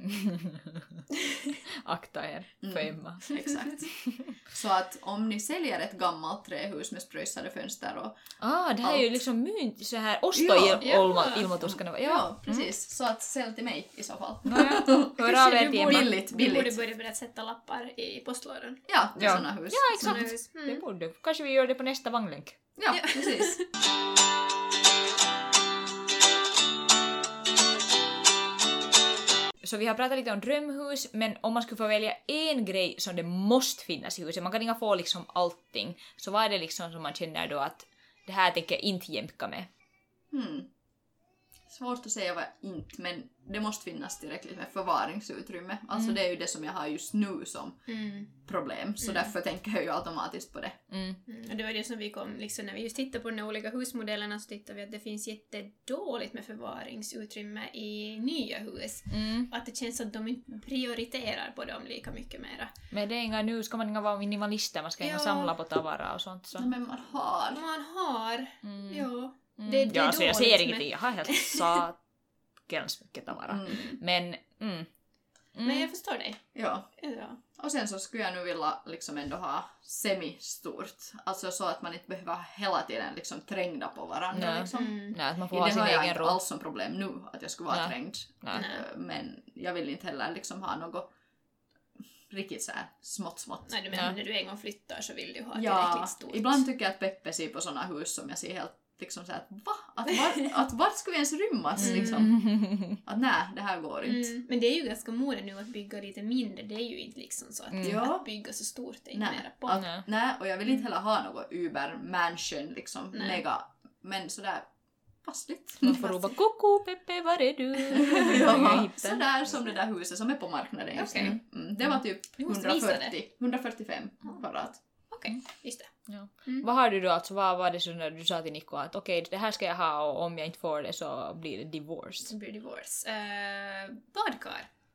Akta er för Mm. Emma. Exakt. Så att om ni säljer ett gammalt trähus med spröjsade fönster och Ah, det här är ju Allt. liksom mynt, så här Ja, osto-ilmoitus kan det vara. ja, Ja, precis. Så att sälj till mig i så fall. Nåja, hör av er till Emma. Billigt, Du borde billigt. börja börja sätta lappar i postlådan. Ja, till Ja. såna hus. Ja, Såna exakt. hus. Det Mm. borde. Kanske vi gör det på nästa vagnlänk. Ja, precis. Så vi har pratat lite om drömhus, men om man skulle få välja en grej som det måste finnas i huset, man kan inte få liksom allting, så vad är det liksom som man känner då att det här tänker jag inte jämka med? Hmm. Svårt att säga vad jag inte, men det måste finnas tillräckligt med förvaringsutrymme. Alltså Mm. det är ju det som jag har just nu som Mm. problem, så Mm. därför tänker jag ju automatiskt på det. Mm. Mm. Och det var det som vi kom, liksom, när vi just tittade på de olika husmodellerna så tittade vi att det finns jättedåligt med förvaringsutrymme i nya hus. Mm. Och att det känns att de inte prioriterar på dem lika mycket mera. Men det är inga, nu ska man inte vara minimalister, man ska inte Ja. samla på tavara och sånt. Så. Men man har. Man har, Mm. ja. Mm. Det, det ja, är alltså jag dåligt ser med- ingenting, jag har helt satans mycket tavara. Mm. Men, mm. Mm. Men jag förstår dig. Ja. Ja. Och sen så skulle jag nu vilja liksom ändå ha semi-stort. Alltså så att man inte behöver hela tiden liksom trängda på varandra. Nej. Liksom. Mm. Nej, att man får Det ha sin har jag egen inte ro. alls som problem nu, att jag skulle vara Nej. trängd. Nej. Nej. Eh, Men jag vill inte heller liksom ha något riktigt så här smått smått. Nej, du menar Ja. när du en gång flyttar så vill du ha Ja, tillräckligt stort. ibland tycker jag att Peppe ser på såna hus som jag ser helt liksom såhär att va? Att var, att vart ska vi ens rymmas Mm. liksom? Att nej, det här går inte. Mm. Men det är ju ganska mode nu att bygga lite mindre. Det är ju inte liksom så att, Mm. Ja. att bygga så stort är inte Nej, mera på. att, Nej. nej, och jag vill inte heller ha något Uber mansion liksom, Nej. mega, men sådär passligt. Man får ropa koko Peppe, var är du? Ja, Jag hittar. sådär som det där huset som är på marknaden just Okej. nu. Mm, det var typ Du måste visa hundrafyrtio, hundrafyrtiofem kvadrat. Okej, just det. Ja. Mm. Vad har du då, alltså vad var det så när du sa till Nico att okej, det här ska jag ha och om jag inte får det så blir det divorce? Så blir det divorce. Uh, badkar.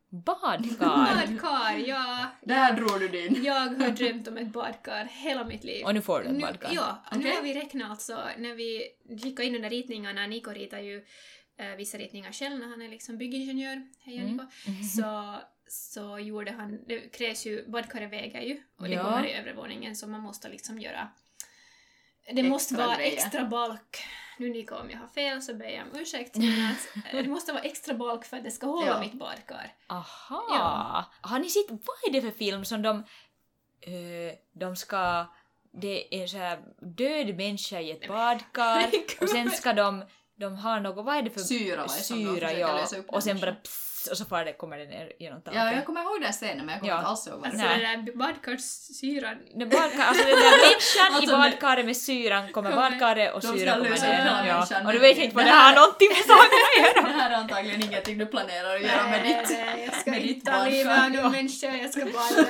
Badkar. Badkar, ja. Där drog du din. Jag har drömt om ett badkar hela mitt liv. Och nu får du ett Nu- badkar. Ja, Okej. nu har vi räknat alltså, när vi skickade in de där ritningarna, Niko ritar ju eh, vissa ritningar själv när han är liksom byggingenjör, hej Mm. Niko, så, så gjorde han, det krävs ju, badkaret väger ju, och det Ja. kommer i övre våningen, så man måste liksom göra, det Extra måste vara grejer. extra balk. Nu Niko, om jag har fel så ber jag om ursäkt, men att, eh, det måste vara extra balk för att det ska hålla Ja. mitt badkar. Aha! Ja. Har ni sett, vad är det för film som de... eh, de ska... Det är så här död människa i ett badkar och sen ska de... De har något, vad är det för... Syra, vad är det som de Syra, försöker ja. lösa upp Och sen den bara människan? pss, och så far det, kommer det ner genom taket. Ja, jag kommer ihåg den scenen men jag kommer Ja. inte alls ihåg vad det Alltså var. Nej. den där badkarssyran, Det badkar, alltså den där människan Alltså, i badkaret med syran kommer Kommer- badkaret och de ska syran kommer lösa ner. hela Ja. människan. Och du vet inte vad Det det här- har någonting med saken att göra. Det här är antagligen ingenting du planerar att göra med ditt, Nej, jag ska med ditt inte ta livet av badkar. någon människa, jag ska bada.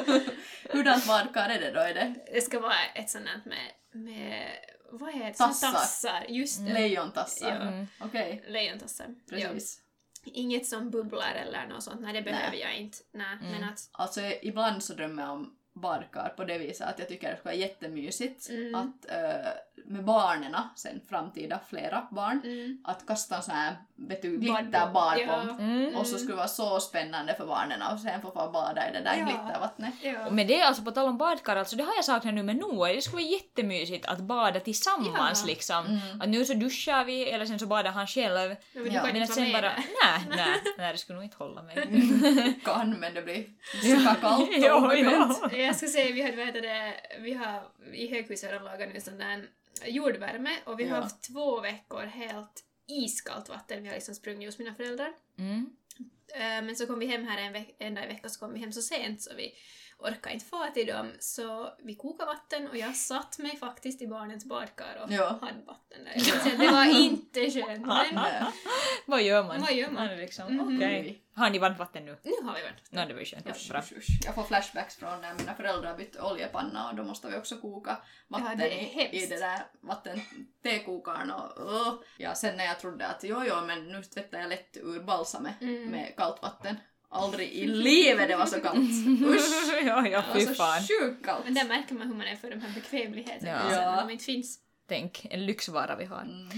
Hurdant badkar är det då? Är det Det ska vara ett sånt här med, med vad heter det? Tassar. Tassar, just det. lejontassar? Ja. Mm. Okej, Lejontassar. precis. Ja. Inget som bubblar eller något sånt, nej det behöver jag inte. Nej, Mm. men att, Alltså ibland så drömmer jag om badkar på det viset att jag tycker det ska vara jättemysigt Mm. att äh, med barnen, sen framtida flera barn, mm, att kasta en sån här vet du, Badbomb. glitterbadbomb. Ja. Mm. Och så skulle det vara så spännande för barnen och sen få få bada i det där Ja. glittervattnet. ja. Och med det, alltså på tal om badkar, alltså det har jag saknat nu med Noah. Det skulle vara jättemysigt att bada tillsammans Ja. liksom. Mm. Att nu så duschar vi, eller sen så badar han själv. Men du Ja. kan Men inte att vara sen med bara, där. nej, nej, nej, det skulle nog inte hålla mig. Kan, men det blir super kallt och Ja, obekvämt. ja. Jag ska säga, vi, hade, vad heter det, vi har i höghuset lagat nu sån där jordvärme och vi har Ja. haft två veckor helt iskallt vatten. Vi har liksom sprungit hos mina föräldrar. Mm. Eh, Men så kom vi hem här en, veck- en dag i veckan, så kom vi hem så sent så vi orkade inte få till dem. Så vi kokade vatten och jag satt mig faktiskt i barnens badkar och Ja. hade vatten där. Så det var inte skönt. Men Nej. Vad gör man? Vad gör man? Ja, liksom, Mhm. okej. Har ni varmt vatten nu? nu har vi varit. Nej, det var ju skönt. Usch, Bra. usch, usch. Jag får flashbacks från när mina föräldrar bytte oljepanna och då måste vi också koka vatten Ja, det är i, hemskt. i det där vatten tekokaren och uh. ja, sen när jag trodde att jo, jo, men nu tvättar jag lätt ur balsamet Mm. med kallt vatten. Aldrig i livet det var så kallt. Usch! ja, ja, Det fy var fan. så sjukt kallt. Men där märker man hur man är för de här bekvämligheterna. Ja. Ja. Sen, Ja. när de inte finns. Tänk, en lyxvara vi har. Mm.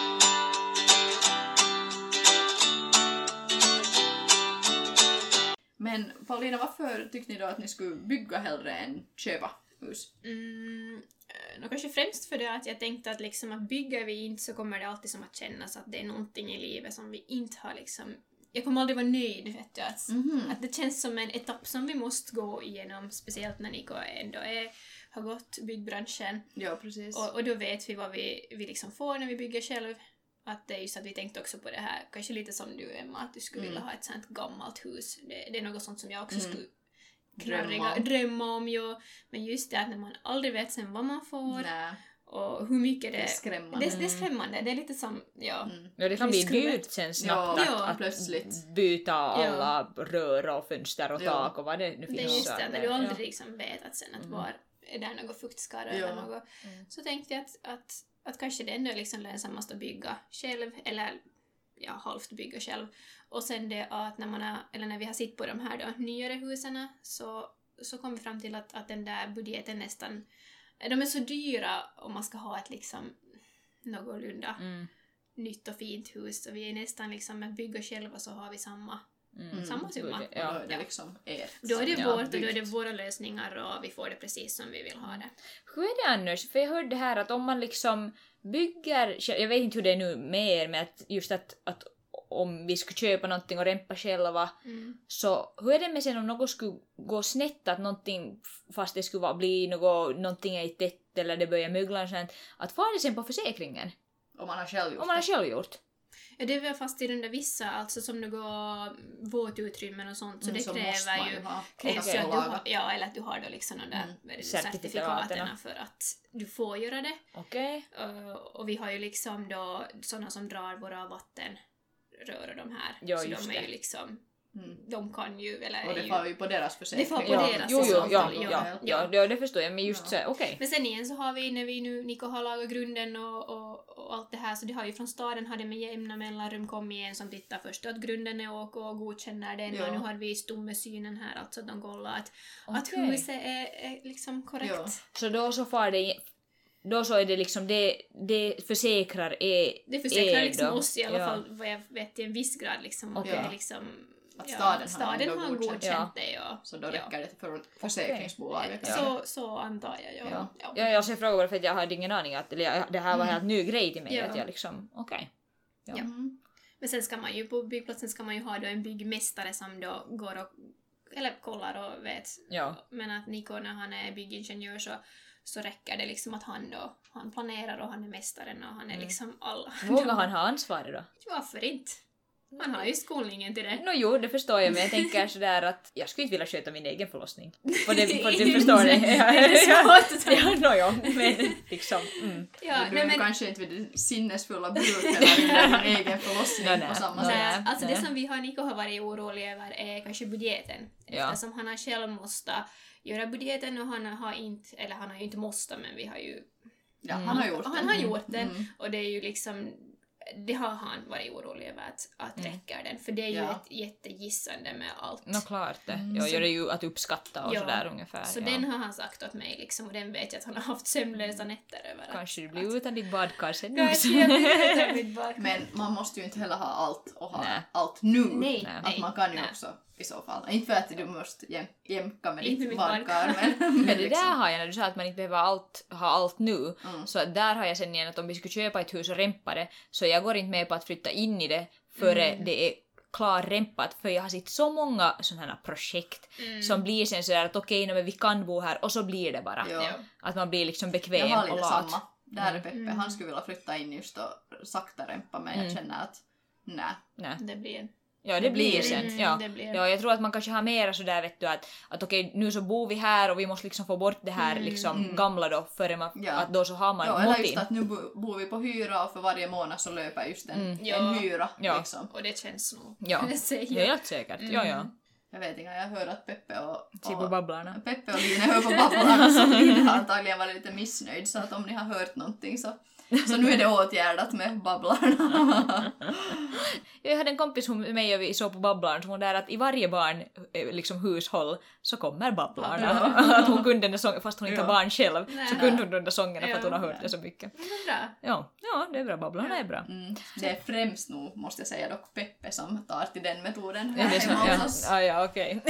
Men Paulina, varför tyckte ni då att ni skulle bygga hellre än köpa hus? Mm, eh, nå kanske främst för det att jag tänkte att, liksom att bygger vi inte så kommer det alltid som att kännas att det är någonting i livet som vi inte har liksom... Jag kommer aldrig vara nöjd, vet du. Att, Mhm. att det känns som en etapp som vi måste gå igenom, speciellt när Niko ändå är, har gått byggbranschen. Ja, precis. Och, och då vet vi vad vi, vi liksom får när vi bygger själv. Att det är just att vi tänkte också på det här, kanske lite som du Emma, att du skulle Mm. vilja ha ett sånt gammalt hus. Det, det är något sånt som jag också Mm. skulle Drömma knarriga, om. drömma om. ju. Men just det att när man aldrig vet sen vad man får Nej, och hur mycket det det är är. skrämmande. Det, det är skrämmande, det är lite som, ja. Mm. Ja, det kan bli Skruvet. dyrt sen snabbt Ja, att, att plötsligt. byta alla rör och fönster och Ja. tak och vad det nu finns. Det är just det, när du Ja. aldrig liksom vet att sen att Mm. var är där något fuktskador Ja. eller något. Mm. Så tänkte jag att, att, att kanske det ändå är liksom lönsammast att bygga själv, eller ja, halvt bygga själv. Och sen det att när man har, eller när vi har sitt på de här då, nyare husen så, så kom vi fram till att, att den där budgeten nästan, de är så dyra om man ska ha ett liksom någorlunda Mm. nytt och fint hus. Så vi är nästan liksom att bygga själva så har vi samma. Mm. Samma summa. Och då Ja. är det liksom ert. Då är det Ja, vårt och då är det byggt. våra lösningar och vi får det precis som vi vill ha det. Hur är det annars? För jag hörde här att om man liksom bygger själv, jag vet inte hur det är nu med er, men att just att, att om vi skulle köpa någonting och rempa själva, Mm. så hur är det med sen om något skulle gå snett, att någonting, fast det skulle vara, bli något, någonting är tätt eller det börjar mögla och sånt, att vad är det sen på försäkringen? Om man har själv gjort Om man har det. själv gjort? Ja, det är väl fast i den där vissa, alltså som något våtutrymmen och sånt, så Mm, det så måste kräver man ju, ju ha krävs Okej. ju att du laga. har, ja, eller att du har då liksom de där Mm. Certifikaterna. certifikaterna för att du får göra det. Okej. Uh, och vi har ju liksom då sådana som drar våra vattenrör och de här. Ja, så just de är det. ju liksom Mm. de kan ju, eller Och det ju, får ju på deras försäkring. det får på Ja, deras jo, i jo, så ja, fall, ja, ja, ja, ja, det förstår jag, men just så, okej. Men sen igen så har vi, när vi nu, Niko har lagat grunden och, och, och allt det här, så det har ju från staden har det med jämna mellanrum kommit en som tittar först att grunden är ok och godkänner den, Ja. och nu har vi stommesynen här, alltså att de kollar att, att Okej. huset är, är liksom korrekt. Ja. Så då så far det, då så är det liksom, det, det försäkrar är Det försäkrar är liksom då. oss i alla Ja. fall, vad jag vet, till en viss grad liksom, Okej. att det är liksom Att ja, staden har staden ändå har godkänt. godkänt Ja. det, ja. Så då Ja. räcker det för försäkringsbolaget. Ja. Så, så antar jag, ja. Ja. Ja. Ja, jag ser frågor bara för att jag hade ingen aning att eller jag, det här var Mm. helt ny grej till mig, Ja. att jag liksom, okej. Ja. Ja. Mm. Men sen ska man ju på byggplatsen ska man ju ha då en byggmästare som då går och eller kollar och vet. Ja. Men att Niko när han är byggingenjör så, så räcker det liksom att han då han planerar och han är mästaren och han är Mm. liksom alla. Vågar han ha ansvaret då? Varför inte? Han har ju skolningen till det. Nå jo, det förstår jag, men jag tänker sådär att jag skulle inte vilja sköta min egen förlossning. För det, för det förstår det. Ja, Det är svårt att ta. ja, no, ja, men liksom, mm. Ja, du nej, är men, kanske inte vid det sinnesfulla bruket eller din egen förlossning Nej, nej. på samma Nej. sätt. nej, alltså nej. det som vi har Niko har varit orolig över är kanske budgeten. Ja. Eftersom han har själv måste göra budgeten och han har inte, eller han har ju inte måste men vi har ju Ja, Mm. han har gjort och det. han har gjort den Mm. och det är ju liksom det har han varit orolig över att, att Mm. räcker den för det är ju Ja. ett jättegissande med allt. Nå klart det. Mm. Ja, Så- gör det ju att uppskatta och Ja. sådär ungefär. Så ja. den har han sagt åt mig liksom och den vet jag att han har haft sömnlösa nätter över. att- Kanske du blir utan ditt badkar sen Kanske också. jag blir utan mitt barn. Men man måste ju inte heller ha allt och ha Nej. allt nu. Nej, Nej. Att nej. man kan ju nej. också i så fall. Inte för att du måste jäm, jämka med Inte ditt med mitt badkar, badkar. men, men Men det liksom. där har jag när du sa att man inte behöver allt, ha allt nu. Mm. Så att där har jag sen igen att om vi skulle köpa ett hus och rempa det så jag går inte med på att flytta in i det före Mm. det är klar rempat, för jag har sett så många sådana här projekt Mm. som blir sen sådär att okej, okay, men vi kan bo här och så blir det bara. Ja. Ja. Att man blir liksom Jag bekväm har och lite lat. samma. Där är Peppe. Mm. Han skulle vilja flytta in just och sakta rempa, men Mm. jag känner att nej. Nej. Det blir en... Ja, det, Det blir blir sen. Mm, Ja. det blir... Ja, jag tror att man kanske har mera sådär vet du att, att okej, nu så bor vi här och vi måste liksom få bort det här Mm. liksom Mm. gamla då före man, Ja. att då så har man Ja, mått eller in. just att nu bo- bor vi på hyra och för varje månad så löper just en, Mm. Ja. en hyra. Ja. Liksom. Och det känns nog. Ja. Det säger Ja, jag. helt säkert. Ja, ja. Mm. Jag vet inte, jag hör att Peppe och, Se på och babblarna. Peppe och Line hör på babblarna så Line har antagligen varit lite missnöjd, så att om ni har hört någonting så, så nu är det åtgärdat med babblarna. Jag hade en kompis hon med mig och vi såg på Babblarna, så hon där att i varje barn eh, liksom hushåll så kommer Babblarna. Ja. Att hon kunde den där sången, fast hon inte Ja. har barn själv, så Nej. kunde hon de där sångerna för att Ja. hon har hört det så mycket. Men det är bra. Ja, ja det är bra. Babblarna är bra. Mm. Det är främst nog, måste jag säga, dock Peppe som tar till den metoden Är här det så? hemma hos Ja, oss. ja, ja okej.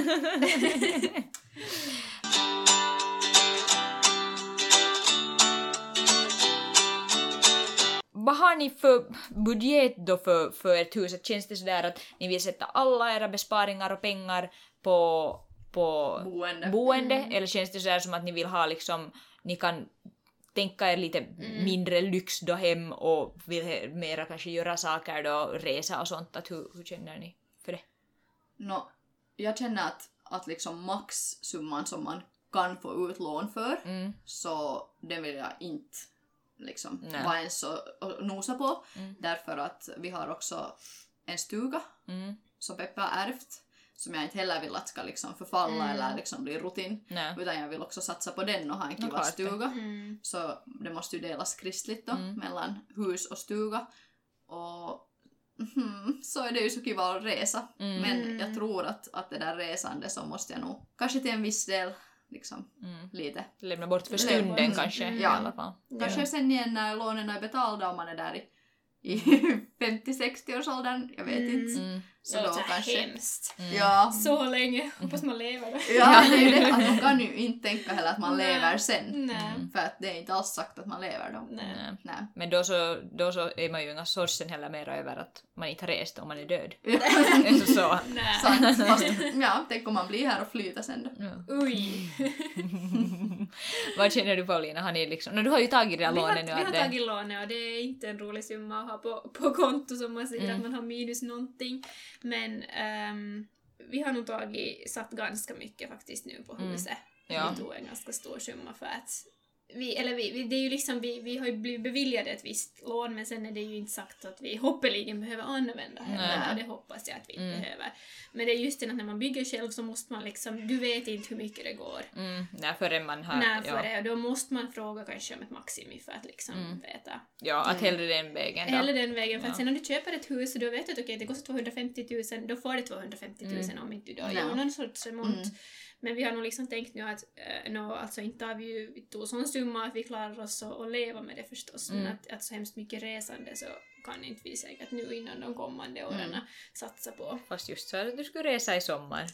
Vad har ni för budget då för, för ert hus? Känns det sådär att ni vill sätta alla era besparingar och pengar på, på Boende. boende? Mm. Eller känns det sådär som att ni vill ha liksom, ni kan tänka er lite mindre lyx då hem och vill he- mera kanske göra saker då, resa och sånt? Att hur, hur känner ni för det? Nå, jag känner att, att liksom maxsumman som man kan få ut lån för, Mm. så den vill jag inte liksom Nej. vara ens och, och nosa på. Mm. Därför att vi har också en stuga Mm. som Peppe har ärvt, som jag inte heller vill att ska liksom förfalla Mm. eller liksom bli rutin. Nej. Utan jag vill också satsa på den och ha en No, kiva klart det. stuga. Mm. Så det måste ju delas kristligt då, Mm. mellan hus och stuga. Och mm, så är det ju så kiva att resa. Mm. Men jag tror att, att det där resande så måste jag nog, kanske till en viss del, liksom Mm. lite. Lämna bort för Lämna- stunden mm. kanske i Ja. alla fall. Kanske sen igen när lånen är betalda och man är där i, i femtio sextio års åldern, jag vet Mm. inte. Mm. Så Det då låter kanske... hemskt. Mm. Ja. Så länge. Hoppas man lever då. Ja, det är ju det. Att man kan ju inte tänka heller att man Nej. lever sen. Nej. Mm. För att det är inte alls sagt att man lever då. Nej. Nej. Nej. Men då så, då så är man ju inga sorsen heller mera över att man inte har rest om man är död. så, så. Nej. Sant. Fast, ja, tänk om man blir här och flyter sen då. Ja. Oj. Vad känner du Paulina? Har ni liksom, no, du har ju tagit det här Vi har, lånet vi nu. har att det- tagit lånet och det är inte en rolig summa att ha på, på konto som man säger Mm. att man har minus någonting. Men ehm, vi har nog tagit, satt ganska mycket faktiskt nu på Mm. huset. Ja. Vi tog en ganska stor summa för att vi, eller vi, vi, det är ju liksom, vi, vi har ju blivit beviljade ett visst lån, men sen är det ju inte sagt att vi hoppeligen behöver använda heller, och det hoppas jag att vi inte Mm. behöver. Men det är just det att när man bygger själv så måste man liksom, du vet inte hur mycket det går. Mm, nej, förrän man har... Nej, ja. för det, och då måste man fråga kanske om ett maximi för att liksom Mm. veta. Ja, att hellre den vägen då. Eller den vägen, för Ja. att sen om du köper ett hus och då vet du att okej, det kostar tvåhundrafemtio tusen, då får du tvåhundrafemtio tusen Mm. om inte du då Ja. gör någon sorts remont. Mm. Men vi har nog liksom tänkt nu att äh, no, alltså inte har vi ju tog sån summa att vi klarar oss att, att leva med det förstås, Mm. men att, att så hemskt mycket resande så kan inte vi säkert nu innan de kommande åren Mm. satsa på. Fast just så att du skulle resa i sommar.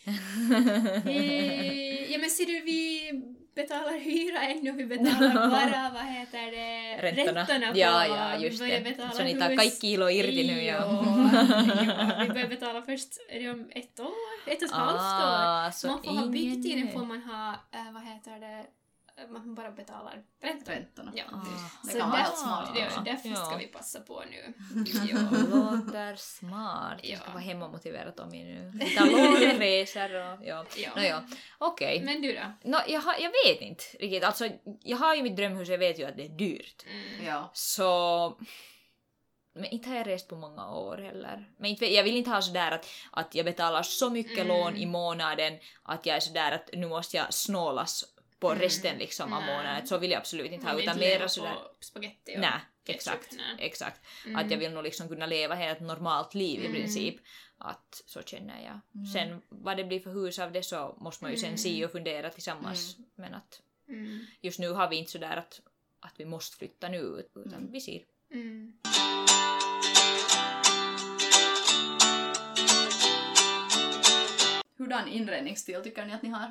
Eh, ja men ser du, vi betalar hyra ännu, vi betalar bara, vad heter det, Räntorna. på, Ja, ja, vi just börjar det. betala Så ni tar hus. kaikki kilo irti nu, ja. ja. Vi börjar betala först, är det om ett år? Ett och ett halvt år. Ah, så Man får ha byggtiden, ingen... får man ha, äh, vad heter det, man bara betalar räntor. Räntorna. Ja. Ah. Det Så kan vara där- helt smart. Ja, därför Ja. ska vi passa på nu. Ja, låter smart. Jag ska Ja. vara hemma och motivera Tommy nu. Ta lån, resor och... Ja. Ja. No, ja. Okej. Men du då? No, jag, har, jag vet inte riktigt. Alltså, jag har ju mitt drömhus och jag vet ju att det är dyrt. Mm. Ja. Så... Men inte har jag rest på många år heller. Men inte, jag vill inte ha sådär att, att jag betalar så mycket Mm. lån i månaden att jag är sådär att nu måste jag snålas på Mm. resten liksom av Nej. månaden. Så vill jag absolut inte ha, Man vill utan inte leva mera på sådär... spaghetti och Nej, ketchup, exakt. nej. exakt. Mm. Att jag vill nog liksom kunna leva helt normalt liv i Mm. princip. Att så känner jag. Mm. Sen vad det blir för hus av det så måste man ju sen Mm. se och fundera tillsammans. Men att Mm. just nu har vi inte sådär att, att vi måste flytta nu utan Mm. vi ser. Mm. Hurdan inredningsstil tycker ni att ni har?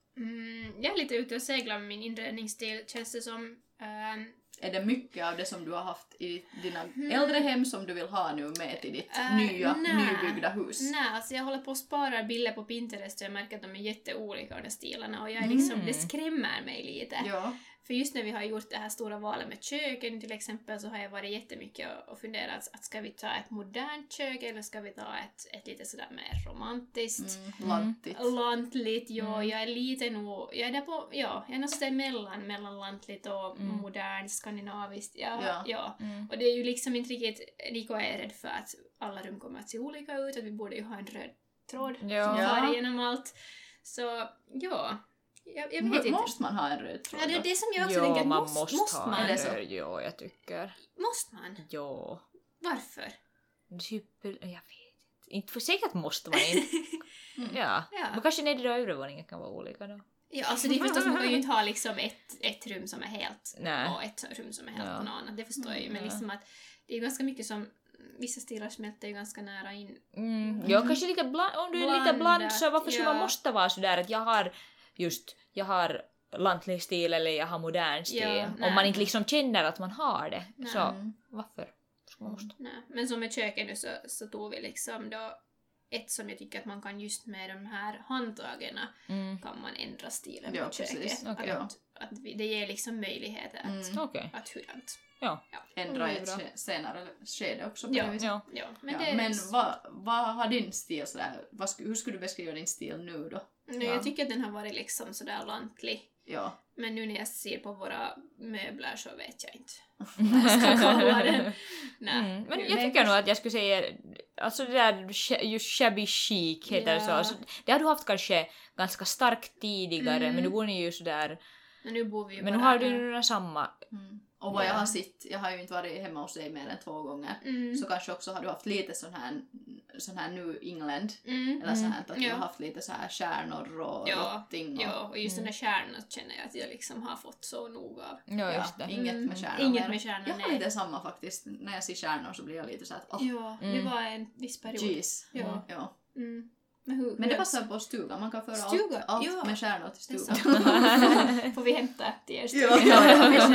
Mm. Jag är lite ute och seglar med min inredningsstil, känns det som. Um, Är det mycket av det som du har haft i dina Mm. äldre hem som du vill ha nu med till ditt Äh, nya, nej. nybyggda hus? Nej, alltså jag håller på att spara bilder på Pinterest och jag märker att de är jätteolika, de där stilarna, och jag är liksom, Mm. det skrämmer mig lite. Ja. För just när vi har gjort det här stora valet med köken till exempel så har jag varit jättemycket och- och funderat att ska vi ta ett modernt kök eller ska vi ta ett, ett lite sådär mer romantiskt. Mm. Lantigt. Lantligt, ja, Mm. jag är lite nog, jag är där på, ja, jag är någonstans emellan, mellan lantligt och Mm. modernt, skandinaviskt, ja, Ja. ja. Mm. Och det är ju liksom inte riktigt, Niko är rädd för att alla rum kommer att se olika ut, att vi borde ju ha en röd tråd Ja. som Ja. far igenom allt. Så, ja, jag, jag vet M- inte. Måste man ha en röd tråd Ja, det är då? det som jag också Jo, tänker, man måste, måste, måste ha man? Är det så? det. Jo, jag tycker. Måste man? Jo. Varför? Typ, jag vet inte. Inte för säkert måste man inte. Mm. Ja. Ja. Men kanske nedre och övre våningen kan vara olika då. Ja, alltså det är förstås, man kan ju inte ha liksom ett, ett rum som är helt Nej. och ett rum som är helt Ja. på något annat, det förstår jag ju, men Ja. liksom att det är ju ganska mycket som, vissa stilar smälter ju ganska nära in. Mm. Ja, kanske lite bland, om du är lite bland Blandat, så varför skulle man ja. måste vara sådär att jag har just, jag har lantlig stil eller jag har modern stil. Ja, nej. Om man inte liksom känner att man har det. Nej. Så Mm. varför ska man måste? Nej. Men som med köket nu så, så tog vi liksom då ett som jag tycker att man kan just med de här handtagen Mm. kan man ändra stilen Ja, på köket. precis. Okej. Att, att vi, det ger liksom möjligheter att, Mm. Okej. att hurdant. Ja. Ändra i Mm, ett bra. ske- senare skede också på Ja. det viset. Ja. Ja, men Men, det ja, men vad, vad har din stil sådär, vad, sk- hur skulle du beskriva din stil nu då? Nej, Ja. jag tycker att den har varit liksom sådär lantlig. Ja. Men nu när jag ser på våra möbler så vet jag inte vad jag ska kalla den. Nej. Mm. Men jag Men tycker nog att jag skulle säga, alltså det där sh- just shabby chic heter det så. Ja. Alltså, det har du haft kanske ganska starkt tidigare Mm. men nu bor ni ju sådär, Men nu bor vi ju men nu bara har du här. ju den samma. Mm. Och vad jag Ja. har sett, jag har ju inte varit hemma hos dig mer än två gånger, Mm. så kanske också har du haft lite sån här, sån här New England, Mm. eller så här att Ja. du har haft lite så här stjärnor och Ja, rotting och Ja, och just Mm. den där kärnan känner jag att jag liksom har fått så nog av. Ja, just det. inget Mm. med stjärnor. Inget mer. med stjärnor, Jag har nej. lite samma faktiskt, när jag ser stjärnor så blir jag lite så här att åh, Ja, det Mm. var en viss period. jeez. Ja. Ja. Mm. Men, hur, Men det hur- passar på stugan, man kan föra Stuga, allt, allt ja. med stjärnor till Det är stugan. sant. Får vi hämta till er Ja, stuga? ja, ja, visst.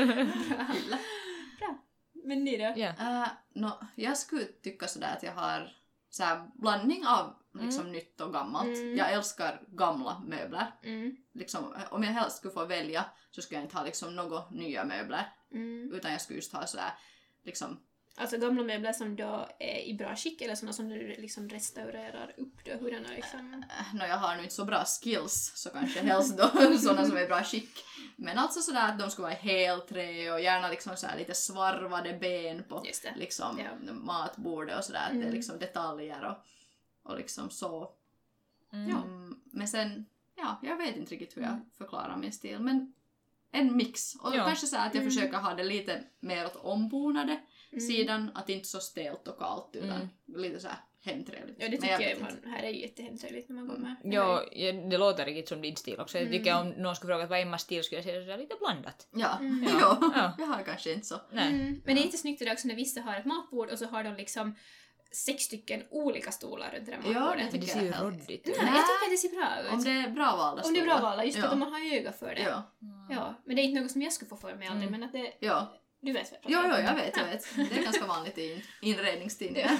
Bra. Bra. Men ni då? Ja. Äh, no, jag skulle tycka sådär att jag har så här blandning av liksom nytt och gammalt. Mm. Jag älskar gamla möbler. Mm. Liksom, om jag helst skulle få välja så skulle jag inte ha liksom några nya möbler. Mm. Utan jag skulle just ha sådär liksom Alltså gamla möbler som då är i bra skick eller sådana som du liksom restaurerar upp då? Hur den är liksom... Nå, jag har nu inte så bra skills så kanske helst då sådana som är i bra skick. Men alltså sådär att de ska vara helträ och gärna liksom så här lite svarvade ben på Just det. liksom Ja. matbordet och sådär. Mm. Det är liksom detaljer och, och liksom så. Mm. Ja. Men sen, ja, jag vet inte riktigt hur jag förklarar min stil. Men en mix. Och Ja. kanske så här att jag Mm. försöker ha det lite mer åt ombonade Mm. sidan. Att inte så stelt och kallt utan Mm. lite så här hemtrevligt. Ja, det Men tycker jag, vet man, inte. här är ju jättehemtrevligt när man går med. Ja, ja, det låter riktigt som din stil också. Jag tycker Mm. om någon skulle fråga vad Emmas stil skulle jag säga sådär lite blandat. Ja, Mm. ja. Ja. jag har kanske inte så. Nej. Mm. Men det är inte snyggt det där också när vissa har ett matbord och så har de liksom sex stycken olika stolar runt det där Ja, matbordet. det Men det tycker ser ju jag är råddigt Nej, ut. jag tycker att det ser bra ut. Om det är bra valda Om det är bra stolar. val, just ja. att man har ju öga för det. Ja, Ja, men det är inte något som jag skulle få för mig aldrig, Mm. men att det... ja. Du vet vad Jo, jag jo, pratar om. jag vet, jag vet. Det är ganska vanligt i inredningstidningar.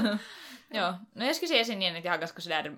Ja, men jag skulle säga sen igen att jag har ganska sådär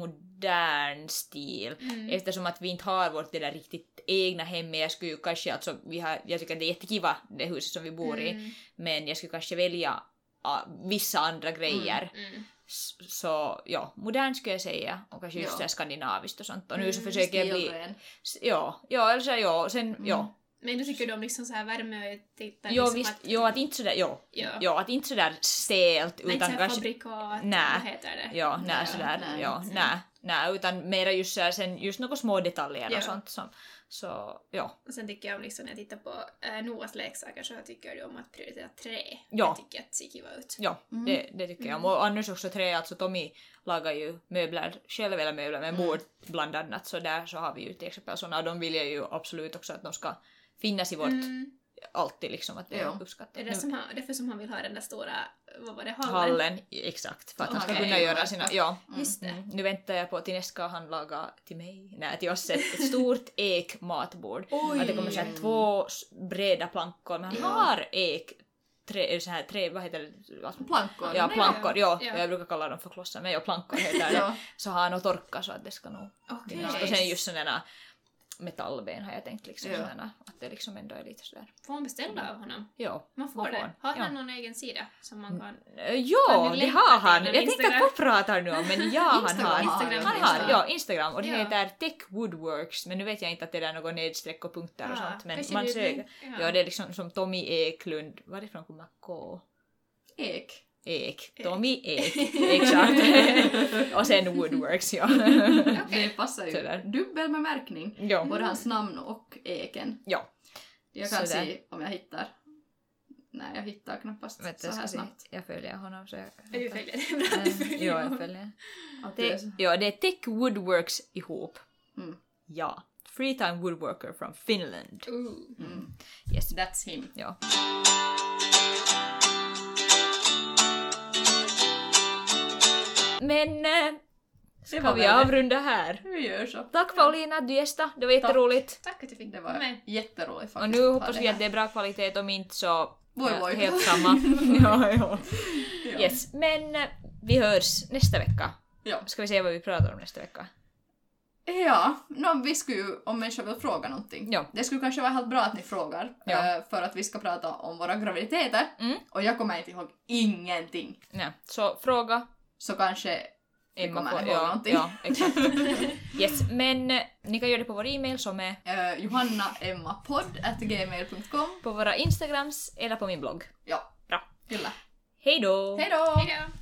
modern stil. Mm. Eftersom att vi inte har vårt det där riktigt egna hem. Men jag skulle ju kanske, alltså, vi har, jag tycker att det är jättekiva det huset som vi bor i. Mm. Men jag skulle kanske välja uh, vissa andra grejer. Mm. S- Så ja, modern skulle jag säga. Och kanske just Ja. så här skandinaviskt och sånt. Och nu så Mm, försöker jag bli... Stilren. S- Ja, ja, eller så här, ja, och sen, Mm. ja. Men du tycker du om liksom så här värme och tittar Jo, liksom visst, att... jo, att inte sådär, jo. Ja. Ja, att inte sådär stelt, Men inte utan så här kanske... fabrikat, Nä. vad heter det? Ja, nej, Nej, sådär, nej, ja, inte. nej, nej, utan mera just såhär, sen just några små detaljer Ja. och sånt som, så, ja. Och sen tycker jag om liksom när jag tittar på äh, Noahs leksaker så tycker jag om att prioritera trä. Ja. Jag tycker att det ser kiva ut. Ja, Mm. det, det tycker jag om. Och annars också trä, alltså Tommy lagar ju möbler, själv eller möbler, men Mm. bord bland annat, så där så har vi ju till exempel sådana, och de vill jag ju absolut också att de ska finnas i vårt, Mm. alltid liksom, att det Ja. uppskattas. Det är det som han, därför som han vill ha den där stora, vad var det, hallen? Hallen, exakt, för att han ska Okej, kunna göra ja. sina, ja. Just det. Mm. Nu väntar jag på att till nästa ska han laga till mig, nej till oss ett, ett stort ek matbord. Oj. Att det kommer så här två s- breda plankor, men han Ja. har ek, tre, så här, tre, vad heter det? Alltså, Plankor. ja, Nej, plankor, ja. Ja. Jag brukar kalla dem för klossar, men ja, plankor heter det. Ja. Så har han och torka så att det ska nog Okej. finnas. Och sen just sådana metallben har jag tänkt liksom, Ja. sådana, att det liksom ändå är lite sådär. Får man beställa av honom? Ja. Man får Man det. får, Har ja. han någon egen sida som man kan... Eh, Kan Ja, du det länka har till han. den Jag tänkte Instagram? att få prata nu om, men ja, han Instagram har. har Instagram Han finns har, det. ja, Instagram. Och det Ja. heter Tech Woodworks, men nu vet jag inte att det är något nedstreck och punkter och Ja, sånt. Men kanske man vi söker. länk- ja. Ja, det är liksom som Tommy Eklund. Varifrån kommer K? Ek. Ek. Tommy Ek. Exakt. Och sen Woodworks, ja. Det passar ju. Sådär. Dubbel med märkning. Ja. Både hans namn och eken. Ja. Jag kan Sådär. se om jag hittar. Nej, jag hittar knappast Vänta, så jag här ska se. snabbt. Jag följer honom så jag... Är du följer det? Bra att du Eh, följer Ja, jag honom. följer. Att Det, det- ja, det är Tech Woodworks ihop. Mm. Ja. Free-time woodworker from Finland. Ooh. Mm. Yes. That's him. Ja. Men eh, ska var vi väl det. avrunda här? Vi gör så. Tack Paulina att du gästade, det var jätteroligt. Tack att du fick Det vara var med. jätteroligt faktiskt. Och nu att ha hoppas det vi här. att det är bra kvalitet, om inte så Voi, ja, voi. helt samma. ja, ja. Ja. Yes. Men eh, vi hörs nästa vecka. Ja. Ska vi se vad vi pratar om nästa vecka? Ja, no, vi skulle ju, om människor vill fråga någonting. Ja. Det skulle kanske vara helt bra att ni frågar. Ja. eh, För att vi ska prata om våra graviditeter. Mm. Och jag kommer inte ihåg ingenting. Ja. Så fråga. Så kanske Emma kommer får, ihåg ja, någonting. ja, exakt. Yes, men eh, ni kan göra det på vår e-mail som är eh, johannaemmapodd at gmail punkt com. på våra Instagrams eller på min blogg. Ja, Bra. kyllä. Hej då! Hej då! Hej då!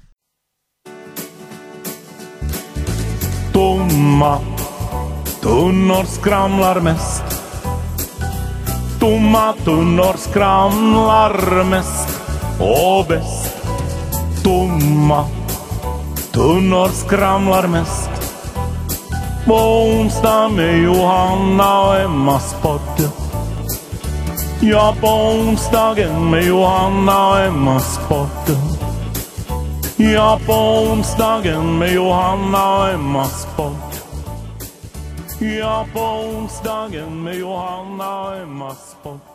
Tomma tunnor skramlar mest. Tomma tunnor skramlar mest och bäst. Tomma tunnor skramlar mest. På onsdag med Johanna och Emmas podd. Ja, på onsdagen med Johanna och Emmas podd. Ja, på onsdagen med Johanna och Emmas podd. Ja, på onsdagen med Johanna och Emmas podd.